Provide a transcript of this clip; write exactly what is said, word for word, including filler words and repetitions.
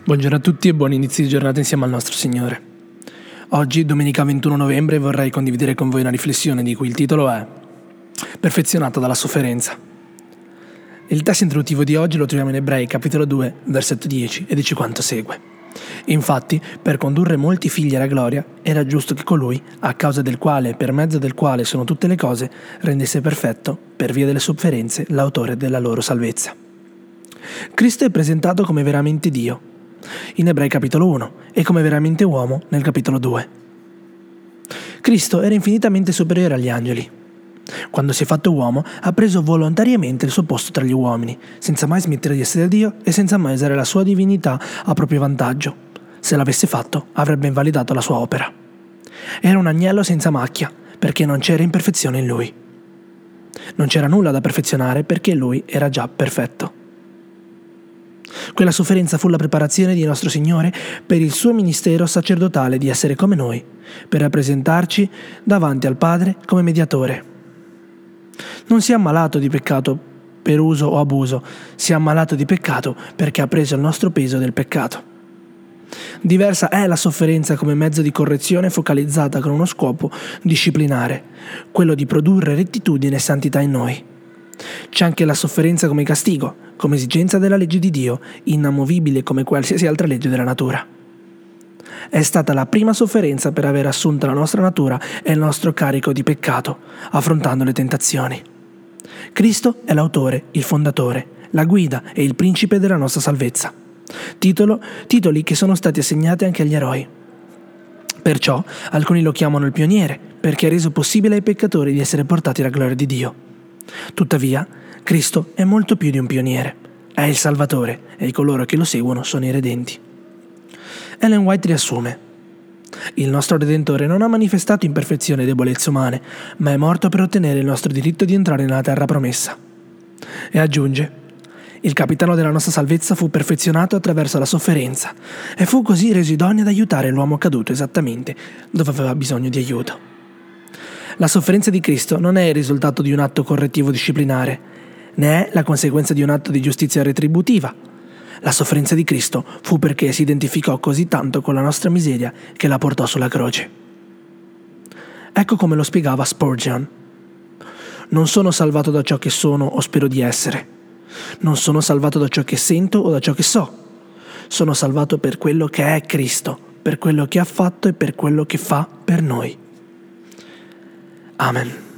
Buongiorno a tutti e buon inizio di giornata insieme al nostro Signore. Oggi, domenica ventuno novembre, vorrei condividere con voi una riflessione di cui il titolo è Perfezionato dalla sofferenza. Il testo introduttivo di oggi lo troviamo in Ebrei capitolo due, versetto dieci, e dice quanto segue. Infatti, per condurre molti figli alla gloria, era giusto che colui, a causa del quale e per mezzo del quale sono tutte le cose, rendesse perfetto, per via delle sofferenze, l'autore della loro salvezza. Cristo è presentato come veramente Dio in Ebrei capitolo uno e come veramente uomo nel capitolo due. Cristo era infinitamente superiore agli angeli. Quando si è fatto uomo ha preso volontariamente il suo posto tra gli uomini, senza mai smettere di essere Dio e senza mai usare la sua divinità a proprio vantaggio. Se l'avesse fatto avrebbe invalidato la sua opera. Era un agnello senza macchia, perché non c'era imperfezione in lui. Non c'era nulla da perfezionare perché lui era già perfetto. Quella sofferenza fu la preparazione di nostro Signore per il suo ministero sacerdotale di essere come noi, per rappresentarci davanti al Padre come mediatore. Non si è ammalato di peccato per uso o abuso, si è ammalato di peccato perché ha preso il nostro peso del peccato. Diversa è la sofferenza come mezzo di correzione focalizzata con uno scopo disciplinare, quello di produrre rettitudine e santità in noi. C'è anche la sofferenza come castigo, come esigenza della legge di Dio, inamovibile come qualsiasi altra legge della natura. È stata la prima sofferenza per aver assunto la nostra natura e il nostro carico di peccato, affrontando le tentazioni. Cristo è l'autore, il fondatore, la guida e il principe della nostra salvezza. Titolo, titoli che sono stati assegnati anche agli eroi. Perciò alcuni lo chiamano il pioniere, perché ha reso possibile ai peccatori di essere portati alla gloria di Dio. Tuttavia, Cristo è molto più di un pioniere. È il Salvatore e coloro che lo seguono sono i redenti. Ellen White riassume: il nostro Redentore non ha manifestato imperfezioni e debolezze umane, ma è morto per ottenere il nostro diritto di entrare nella terra promessa. E aggiunge: il capitano della nostra salvezza fu perfezionato attraverso la sofferenza e fu così reso idoneo ad aiutare l'uomo caduto esattamente dove aveva bisogno di aiuto. La sofferenza di Cristo non è il risultato di un atto correttivo disciplinare, né è la conseguenza di un atto di giustizia retributiva. La sofferenza di Cristo fu perché si identificò così tanto con la nostra miseria che la portò sulla croce. Ecco come lo spiegava Spurgeon: non sono salvato da ciò che sono o spero di essere. Non sono salvato da ciò che sento o da ciò che so. Sono salvato per quello che è Cristo, per quello che ha fatto e per quello che fa per noi. Amen.